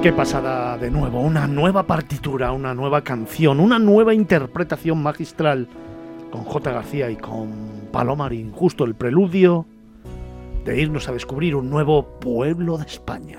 Qué pasada de nuevo, una nueva partitura, una nueva canción, una nueva interpretación magistral con J. García y con Palomarín, justo el preludio de irnos a descubrir un nuevo pueblo de España.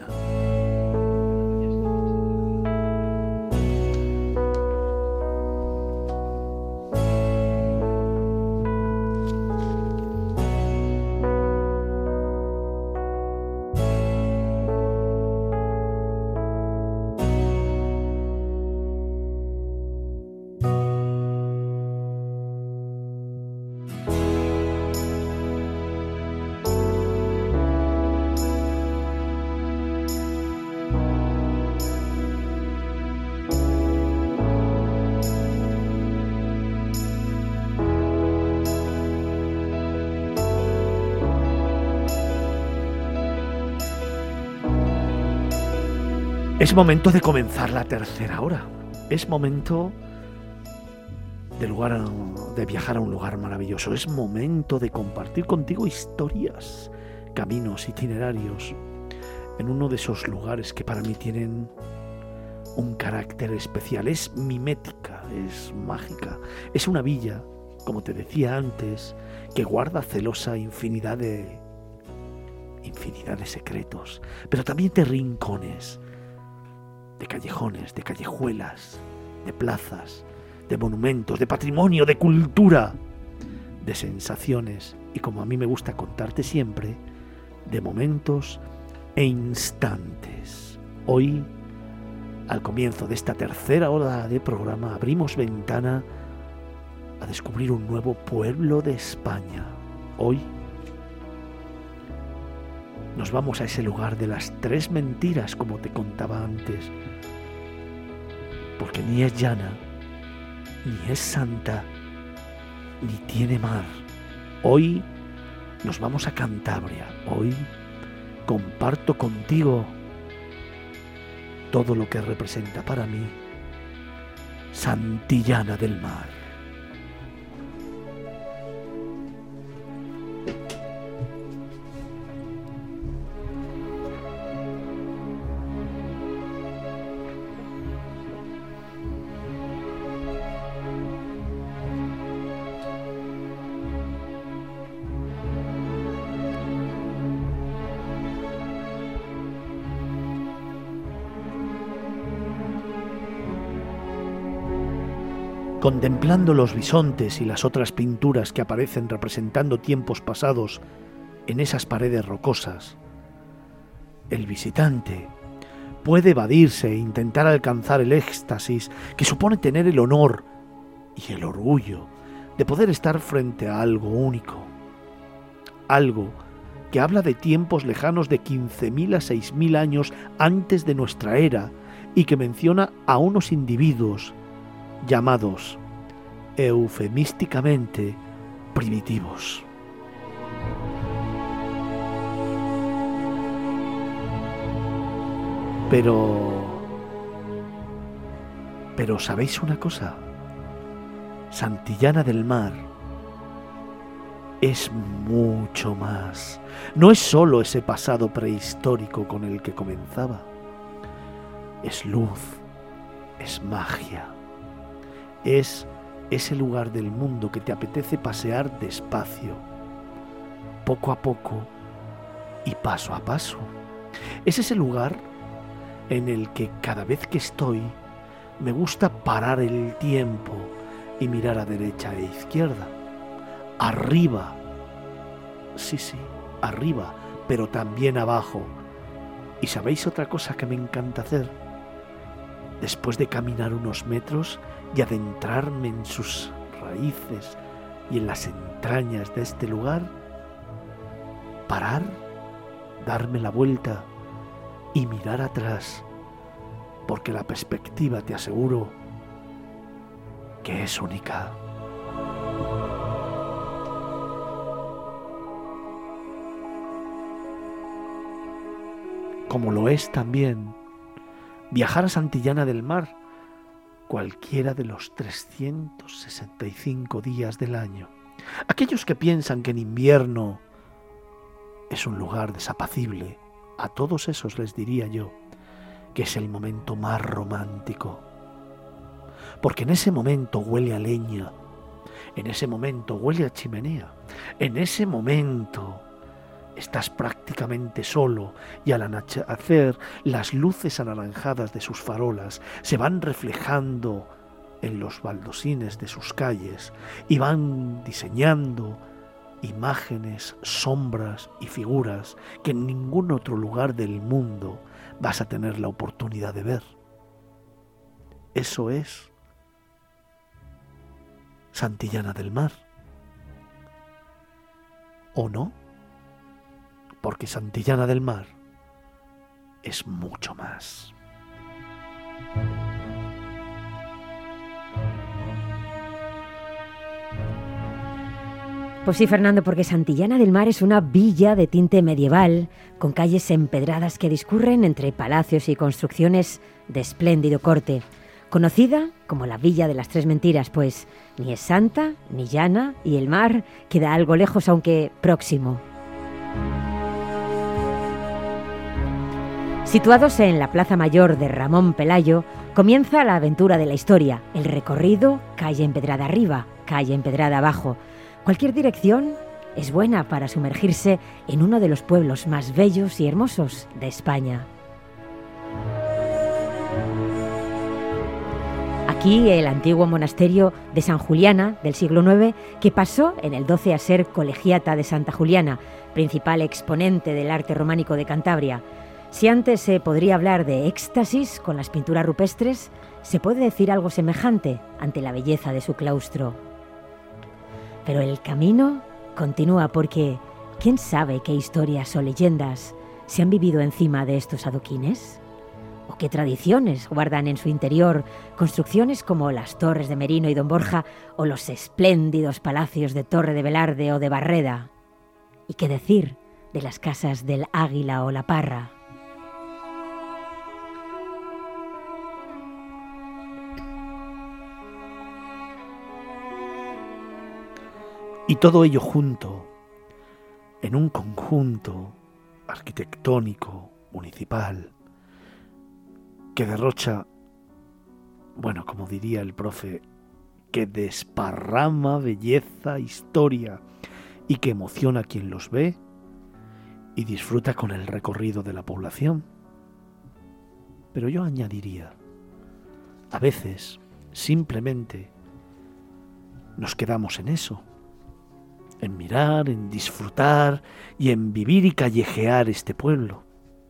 Es momento de comenzar la tercera hora. Es momento de viajar a un lugar maravilloso. Es momento de compartir contigo historias, caminos, itinerarios en uno de esos lugares que para mí tienen un carácter especial. Es mimética, es mágica. Es una villa, como te decía antes, que guarda celosa infinidad de secretos, pero también de rincones, de callejones, de callejuelas, de plazas, de monumentos, de patrimonio, de cultura, de sensaciones y, como a mí me gusta contarte siempre, de momentos e instantes. Hoy, al comienzo de esta tercera hora de programa, abrimos ventana a descubrir un nuevo pueblo de España. Hoy nos vamos a ese lugar de las 3 mentiras, como te contaba antes, porque ni es llana, ni es santa, ni tiene mar. Hoy nos vamos a Cantabria. Hoy comparto contigo todo lo que representa para mí Santillana del Mar. Contemplando los bisontes y las otras pinturas que aparecen representando tiempos pasados en esas paredes rocosas, el visitante puede evadirse e intentar alcanzar el éxtasis que supone tener el honor y el orgullo de poder estar frente a algo único, algo que habla de tiempos lejanos de 15.000 a 6.000 años antes de nuestra era y que menciona a unos individuos llamados eufemísticamente primitivos. Pero ¿sabéis una cosa? Santillana del Mar es mucho más. No es solo ese pasado prehistórico con el que comenzaba. Es luz, es magia. Es ese lugar del mundo que te apetece pasear despacio, poco a poco y paso a paso. Es ese lugar en el que cada vez que estoy me gusta parar el tiempo y mirar a derecha e izquierda, arriba, sí, arriba, pero también abajo. ¿Y sabéis otra cosa que me encanta hacer? Después de caminar unos metros y adentrarme en sus raíces y en las entrañas de este lugar, parar, darme la vuelta y mirar atrás, porque la perspectiva, te aseguro, que es única. Como lo es también viajar a Santillana del Mar cualquiera de los 365 días del año. Aquellos que piensan que en invierno es un lugar desapacible, a todos esos les diría yo que es el momento más romántico. Porque en ese momento huele a leña, en ese momento huele a chimenea, en ese momento estás prácticamente solo y al anochecer las luces anaranjadas de sus farolas se van reflejando en los baldosines de sus calles y van diseñando imágenes, sombras y figuras que en ningún otro lugar del mundo vas a tener la oportunidad de ver. Eso es Santillana del Mar. ¿O no? Porque Santillana del Mar es mucho más. Pues sí, Fernando, porque Santillana del Mar es una villa de tinte medieval, con calles empedradas que discurren entre palacios y construcciones de espléndido corte. Conocida como la Villa de las Tres Mentiras, pues ni es santa ni llana y el mar queda algo lejos, aunque próximo. Situados en la Plaza Mayor de Ramón Pelayo, comienza la aventura de la historia, el recorrido calle empedrada arriba, calle empedrada abajo. Cualquier dirección es buena para sumergirse en uno de los pueblos más bellos y hermosos de España. Aquí el antiguo monasterio de San Juliana del siglo IX, que pasó en el XII a ser colegiata de Santa Juliana, principal exponente del arte románico de Cantabria. Si antes se podría hablar de éxtasis con las pinturas rupestres, se puede decir algo semejante ante la belleza de su claustro. Pero el camino continúa porque ¿quién sabe qué historias o leyendas se han vivido encima de estos adoquines? ¿O qué tradiciones guardan en su interior construcciones como las torres de Merino y Don Borja o los espléndidos palacios de Torre de Velarde o de Barreda? ¿Y qué decir de las casas del Águila o la Parra? Y todo ello junto, en un conjunto arquitectónico, municipal, que derrocha, bueno, como diría el profe, que desparrama belleza, historia y que emociona a quien los ve y disfruta con el recorrido de la población. Pero yo añadiría, a veces simplemente nos quedamos en eso, en mirar, en disfrutar y en vivir y callejear este pueblo.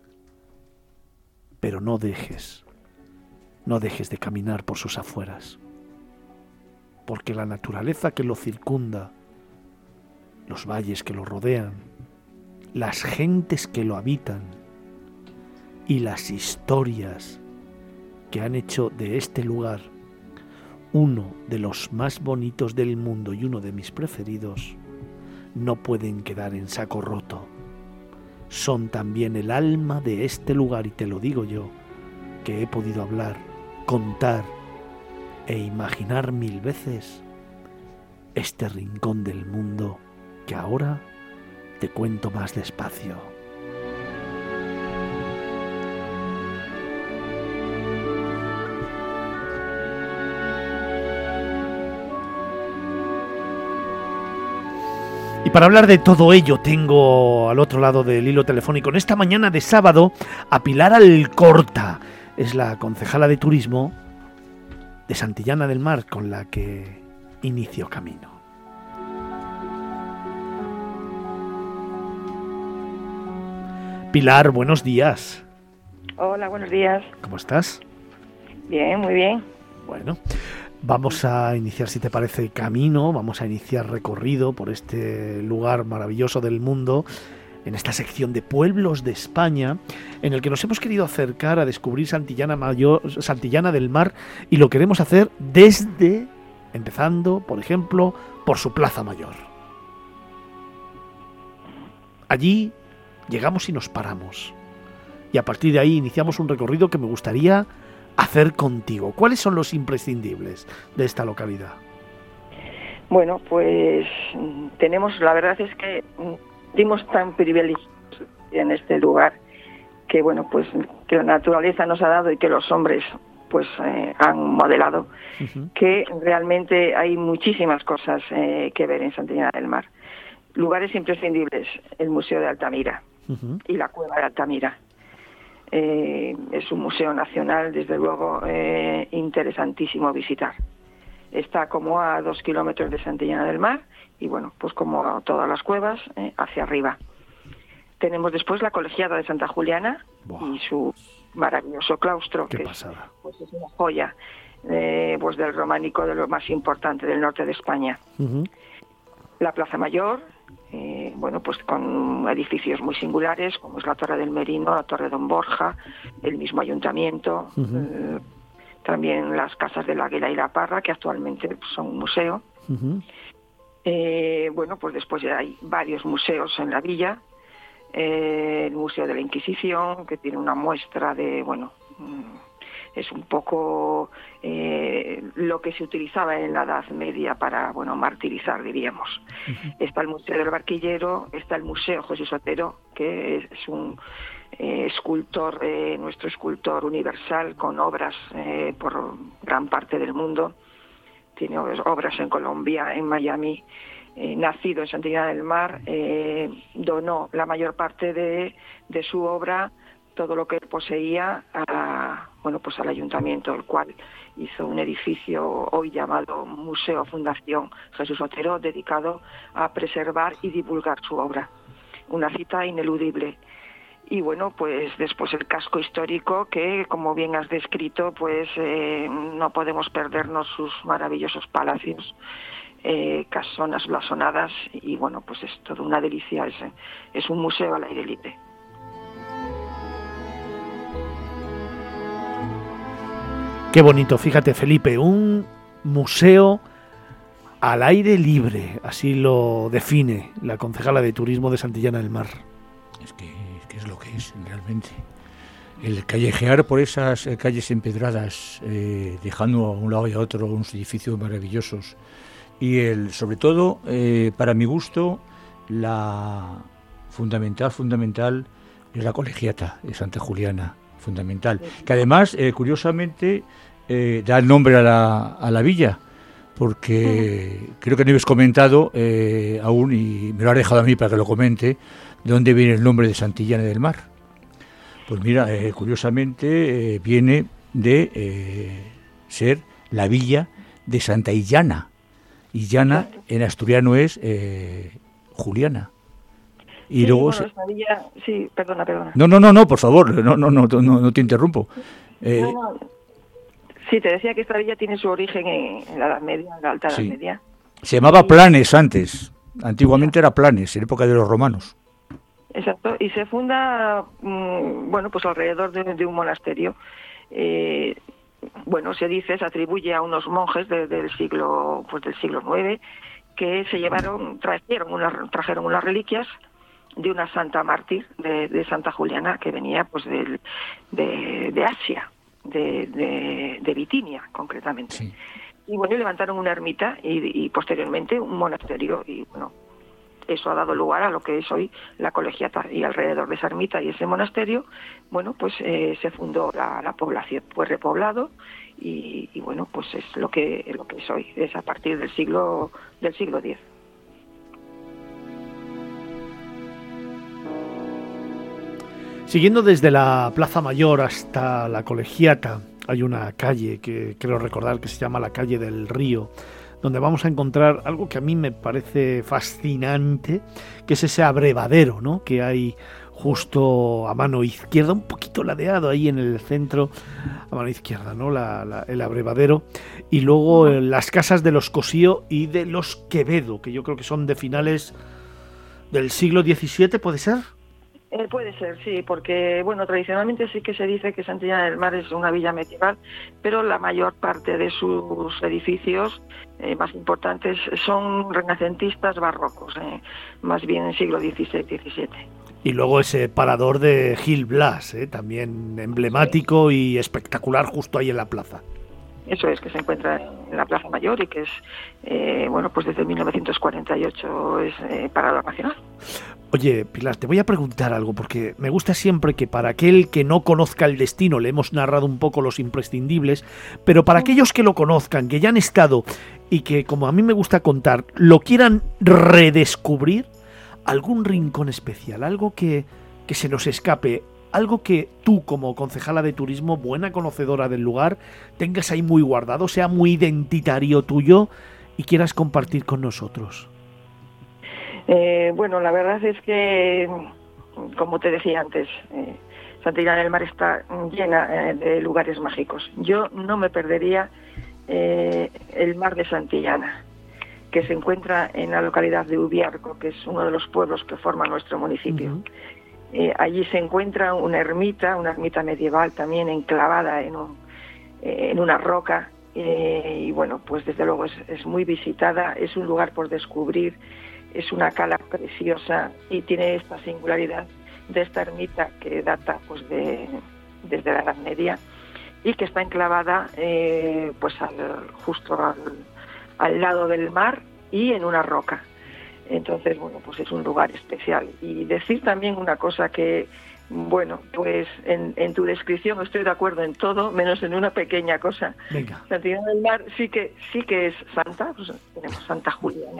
Pero no dejes de caminar por sus afueras, porque la naturaleza que lo circunda, los valles que lo rodean, las gentes que lo habitan y las historias que han hecho de este lugar uno de los más bonitos del mundo y uno de mis preferidos, no pueden quedar en saco roto. Son también el alma de este lugar y te lo digo yo, que he podido hablar, contar e imaginar 1000 veces este rincón del mundo que ahora te cuento más despacio. Y para hablar de todo ello tengo al otro lado del hilo telefónico en esta mañana de sábado a Pilar Alcorta. Es la concejala de turismo de Santillana del Mar con la que inicio camino. Pilar, buenos días. Hola, buenos días. ¿Cómo estás? Bien, muy bien. Bueno, vamos a iniciar, si te parece, camino, vamos a iniciar recorrido por este lugar maravilloso del mundo, en esta sección de pueblos de España, en el que nos hemos querido acercar a descubrir Santillana del Mar, y lo queremos hacer empezando, por ejemplo, por su Plaza Mayor. Allí llegamos y nos paramos, y a partir de ahí iniciamos un recorrido que me gustaría hacer contigo. ¿Cuáles son los imprescindibles de esta localidad? Bueno, pues la verdad es que dimos tan privilegiados en este lugar que bueno, pues que la naturaleza nos ha dado y que los hombres pues han modelado, que realmente hay muchísimas cosas que ver en Santillana del Mar. Lugares imprescindibles: el Museo de Altamira y la Cueva de Altamira. Es un museo nacional, desde luego, interesantísimo visitar. Está como a 2 kilómetros de Santillana del Mar y bueno, pues como todas las cuevas, hacia arriba. Tenemos después la Colegiata de Santa Juliana. ¡Buah! Y su maravilloso claustro, ¡Qué que pasada! pues es una joya pues del románico, de lo más importante del norte de España. La Plaza Mayor, bueno, pues con edificios muy singulares, como es la Torre del Merino, la Torre Don Borja, el mismo ayuntamiento, también las casas del Águila y la Parra, que actualmente son un museo. Bueno, pues después ya hay varios museos en la villa. El Museo de la Inquisición, que tiene una muestra de, bueno, es un poco lo que se utilizaba en la Edad Media para, bueno, martirizar, diríamos. Está el Museo del Barquillero, está el Museo José Sotero, que es un escultor, nuestro escultor universal, con obras por gran parte del mundo. Tiene obras en Colombia, en Miami. Nacido en Santillana del Mar, donó la mayor parte de su obra, todo lo que poseía, bueno, pues al ayuntamiento, el cual hizo un edificio hoy llamado Museo Fundación Jesús Otero, dedicado a preservar y divulgar su obra. Una cita ineludible. Y bueno, pues después el casco histórico, que como bien has descrito, pues no podemos perdernos sus maravillosos palacios, casonas blasonadas, y bueno, pues es toda una delicia. Es un museo al aire libre. Qué bonito, fíjate, Felipe, un museo al aire libre, así lo define la concejala de Turismo de Santillana del Mar. Es que es lo que es realmente. El callejear por esas calles empedradas, dejando a un lado y a otro unos edificios maravillosos, y sobre todo, para mi gusto, la fundamental es la Colegiata de Santa Juliana, fundamental, que además, curiosamente, da el nombre a la villa, porque creo que no habéis comentado aún, y me lo ha dejado a mí para que lo comente, de dónde viene el nombre de Santillana del Mar. Pues mira, curiosamente viene de ser la villa de Santa Illana. Illana en asturiano es Juliana. Y sí, luego bueno, esta villa, sí, perdona. No, por favor, no te interrumpo. No. Sí, te decía que esta villa tiene su origen en la Edad Media, en la Alta Edad Media. Se llamaba Planes antes. Antiguamente era Planes, en época de los romanos. Exacto, y se funda, bueno, pues alrededor de un monasterio. Bueno, se atribuye a unos monjes del siglo IX, que trajeron unas reliquias de una santa mártir de Santa Juliana, que venía pues de Asia, de Bitinia concretamente. Sí. Y bueno, levantaron una ermita y posteriormente un monasterio, y bueno, eso ha dado lugar a lo que es hoy la Colegiata, y alrededor de esa ermita y ese monasterio, bueno, pues se fundó la población, fue repoblado, y bueno, pues es lo que es hoy, es a partir del siglo X. Siguiendo desde la Plaza Mayor hasta la Colegiata, hay una calle que creo recordar que se llama la Calle del Río, donde vamos a encontrar algo que a mí me parece fascinante, que es ese abrevadero, ¿no?, que hay justo a mano izquierda, un poquito ladeado ahí en el centro, a mano izquierda, ¿no?, el abrevadero, y luego las casas de los Cosío y de los Quevedo, que yo creo que son de finales del siglo XVII, ¿puede ser? Puede ser, sí, porque bueno, tradicionalmente sí que se dice que Santillana del Mar es una villa medieval, pero la mayor parte de sus edificios más importantes son renacentistas barrocos, más bien en siglo XVI-XVII. Y luego ese parador de Gil Blas, también emblemático, sí, y espectacular, justo ahí en la plaza. Eso es, que se encuentra en la Plaza Mayor y que es, bueno, pues desde 1948 es parador nacional. Oye, Pilar, te voy a preguntar algo, porque me gusta siempre que para aquel que no conozca el destino, le hemos narrado un poco los imprescindibles, pero para aquellos que lo conozcan, que ya han estado y que, como a mí me gusta contar, lo quieran redescubrir, algún rincón especial, algo que se nos escape, algo que tú, como concejala de turismo, buena conocedora del lugar, tengas ahí muy guardado, sea muy identitario tuyo y quieras compartir con nosotros. Bueno, la verdad es que, como te decía antes, Santillana del Mar está llena de lugares mágicos. Yo no me perdería el mar de Santillana, que se encuentra en la localidad de Ubiarco, que es uno de los pueblos que forman nuestro municipio. Allí se encuentra una ermita medieval también enclavada en una roca, y bueno, pues desde luego es muy visitada, es un lugar por descubrir. Es una cala preciosa y tiene esta singularidad de esta ermita que data pues desde la Edad Media y que está enclavada pues justo al lado del mar y en una roca. Entonces, bueno, pues es un lugar especial. Y decir también una cosa que, bueno, pues en tu descripción estoy de acuerdo en todo, menos en una pequeña cosa. Venga. Santillana del Mar sí que es santa, pues tenemos Santa Juliana.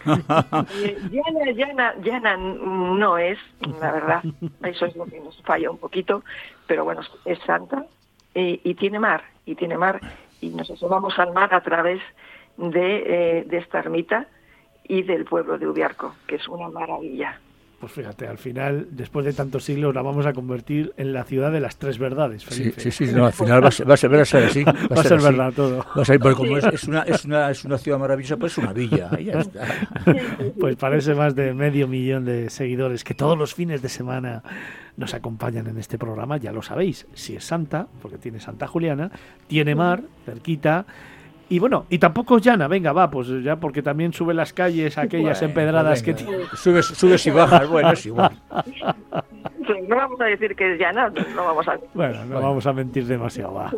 Llana no es, la verdad, eso es lo que nos falla un poquito, pero bueno, es santa y tiene mar, y nos asomamos al mar a través de esta ermita y del pueblo de Ubiarco, que es una maravilla. Pues fíjate, al final, después de tantos siglos, la vamos a convertir en la ciudad de las tres verdades, Felipe. Sí, no, al final va a ser así. Va a ser verdad todo. Va a ser, porque como es una ciudad maravillosa, pues es una villa, y ya está. Pues parece más de 500.000 de seguidores que todos los fines de semana nos acompañan en este programa, ya lo sabéis. Si es santa, porque tiene Santa Juliana, tiene mar, cerquita. Y bueno, y tampoco es llana, venga, va, pues ya porque también sube las calles aquellas empedradas que tiene. Subes y bajas, bueno, es igual. No vamos a decir que es llana, no vamos a... Bueno, no vamos a mentir demasiado, va.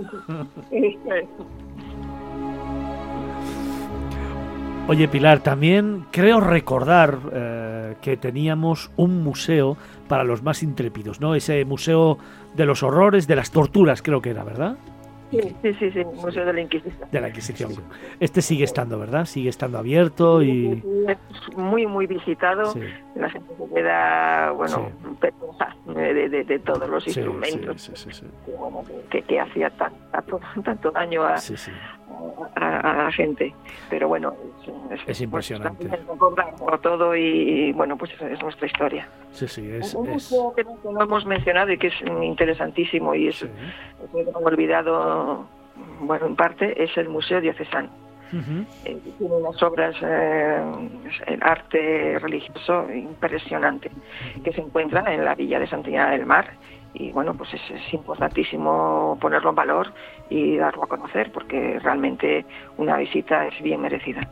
Oye, Pilar, también creo recordar que teníamos un museo para los más intrépidos, ¿no? Ese museo de los horrores, de las torturas, creo que era, ¿verdad? Sí, Museo de la Inquisición. De la Inquisición. Este sigue estando, ¿verdad? Sigue estando abierto y... Es muy, muy visitado. Sí. La gente se queda, bueno, perpleja de todos los instrumentos que hacía tanto daño a la gente. Pero bueno, es impresionante. Por todo y bueno, pues es nuestra historia. Un museo que no hemos mencionado y que es interesantísimo y es que hemos olvidado, bueno, en parte, es el Museo Diocesano. Tiene unas obras, el arte religioso impresionante que se encuentra en la villa de Santillana del Mar y bueno, pues es importantísimo ponerlo en valor y darlo a conocer porque realmente una visita es bien merecida.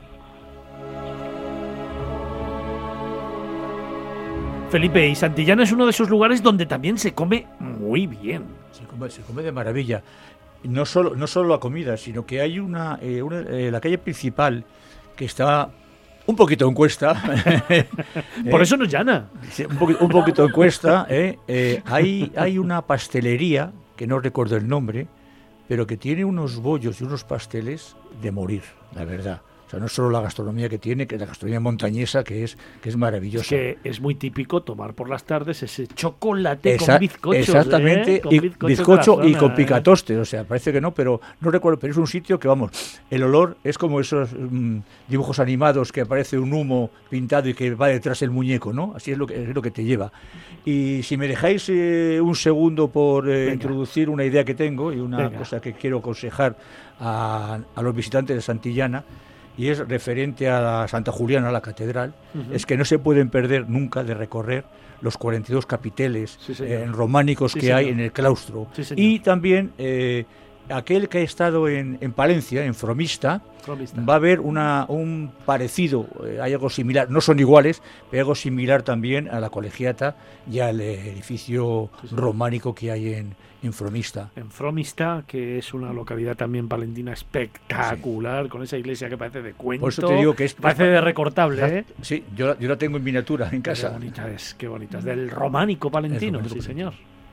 Felipe, y Santillana es uno de esos lugares donde también se come muy bien. Se come de maravilla. No solo la comida, sino que hay la calle principal que está un poquito en cuesta. Por eso no es llana. Un poquito en cuesta. Hay una pastelería, que no recuerdo el nombre, pero que tiene unos bollos y unos pasteles de morir, la verdad. O sea, no solo la gastronomía que tiene, que la gastronomía montañesa, que es maravillosa. Es que es muy típico tomar por las tardes ese chocolate con bizcochos. Exactamente, con bizcocho y con picatoste. O sea, parece que no, pero no recuerdo. Pero es un sitio que, vamos, el olor es como esos dibujos animados que aparece un humo pintado y que va detrás el muñeco, ¿no? Así es lo que te lleva. Y si me dejáis un segundo por introducir una idea que tengo y una cosa que quiero aconsejar a los visitantes de Santillana, y es referente a la Santa Juliana, la catedral, es que no se pueden perder nunca de recorrer los 42 capiteles románicos que hay en el claustro. Sí, y también aquel que ha estado en Palencia, en Fromista, va a ver un parecido, hay algo similar, no son iguales, pero algo similar también a la Colegiata y al edificio románico que hay en Fromista. En Fromista, que es una localidad también palentina espectacular, con esa iglesia que parece de cuento. Por eso te digo que parece de recortable, ¿eh? Sí, yo la tengo en miniatura en casa. Qué bonita es. Del románico palentino, sí, señor.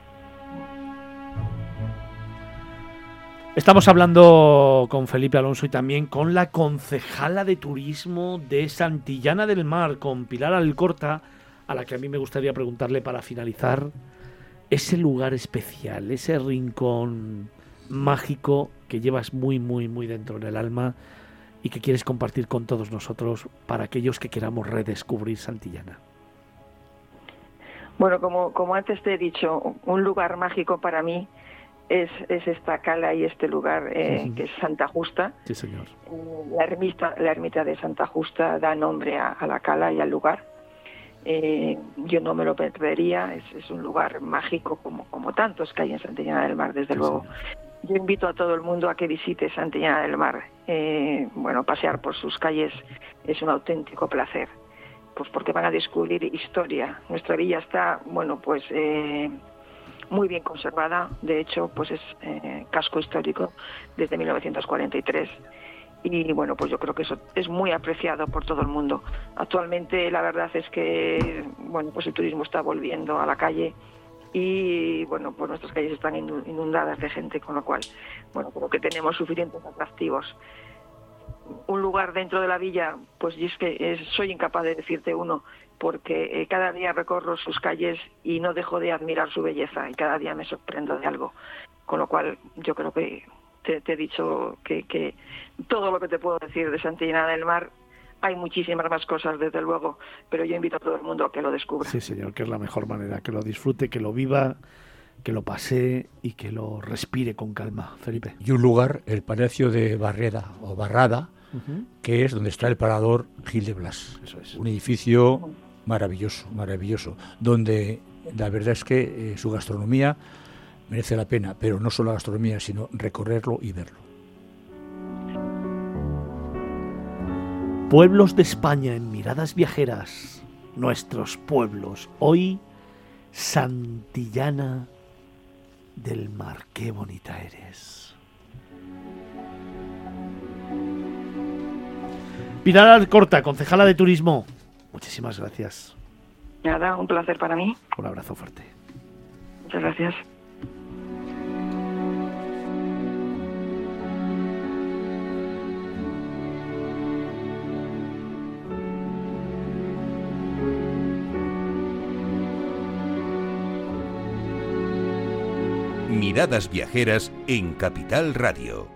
Estamos hablando con Felipe Alonso y también con la concejala de turismo de Santillana del Mar, con Pilar Alcorta, a la que a mí me gustaría preguntarle para finalizar ese lugar especial, ese rincón mágico que llevas muy, muy, muy dentro del alma y que quieres compartir con todos nosotros para aquellos que queramos redescubrir Santillana. Bueno, como antes te he dicho, un lugar mágico para mí es esta cala y este lugar que es Santa Justa. Sí, señor. La ermita de Santa Justa da nombre a la cala y al lugar. Yo no me lo perdería, es un lugar mágico como tantos que hay en Santillana del Mar, desde luego. Señor. Yo invito a todo el mundo a que visite Santillana del Mar. Pasear por sus calles es un auténtico placer, pues porque van a descubrir historia. Nuestra villa está, muy bien conservada, de hecho, pues es casco histórico desde 1943 y pues yo creo que eso es muy apreciado por todo el mundo. Actualmente la verdad es que el turismo está volviendo a la calle y pues nuestras calles están inundadas de gente, con lo cual creo que tenemos suficientes atractivos. Un lugar dentro de la villa, pues yo es que soy incapaz de decirte uno, porque cada día recorro sus calles y no dejo de admirar su belleza y cada día me sorprendo de algo, con lo cual yo creo que te he dicho que todo lo que te puedo decir de Santillana del Mar. Hay muchísimas más cosas, desde luego, pero yo invito a todo el mundo a que lo descubra. Sí, señor, que es la mejor manera, que lo disfrute, que lo viva, que lo pasee y que lo respire con calma. Felipe. Y un lugar, el Palacio de Barreda o Barrada, que es donde está el parador Gil de Blas. Eso es. Un edificio maravilloso, donde la verdad es que su gastronomía merece la pena, pero no solo la gastronomía, sino recorrerlo y verlo. Pueblos de España en Miradas Viajeras, nuestros pueblos. Hoy, Santillana del Mar. Qué bonita eres. Pilar Alcorta, concejala de turismo. Muchísimas gracias. Nada, un placer para mí. Un abrazo fuerte. Muchas gracias. Miradas Viajeras en Capital Radio.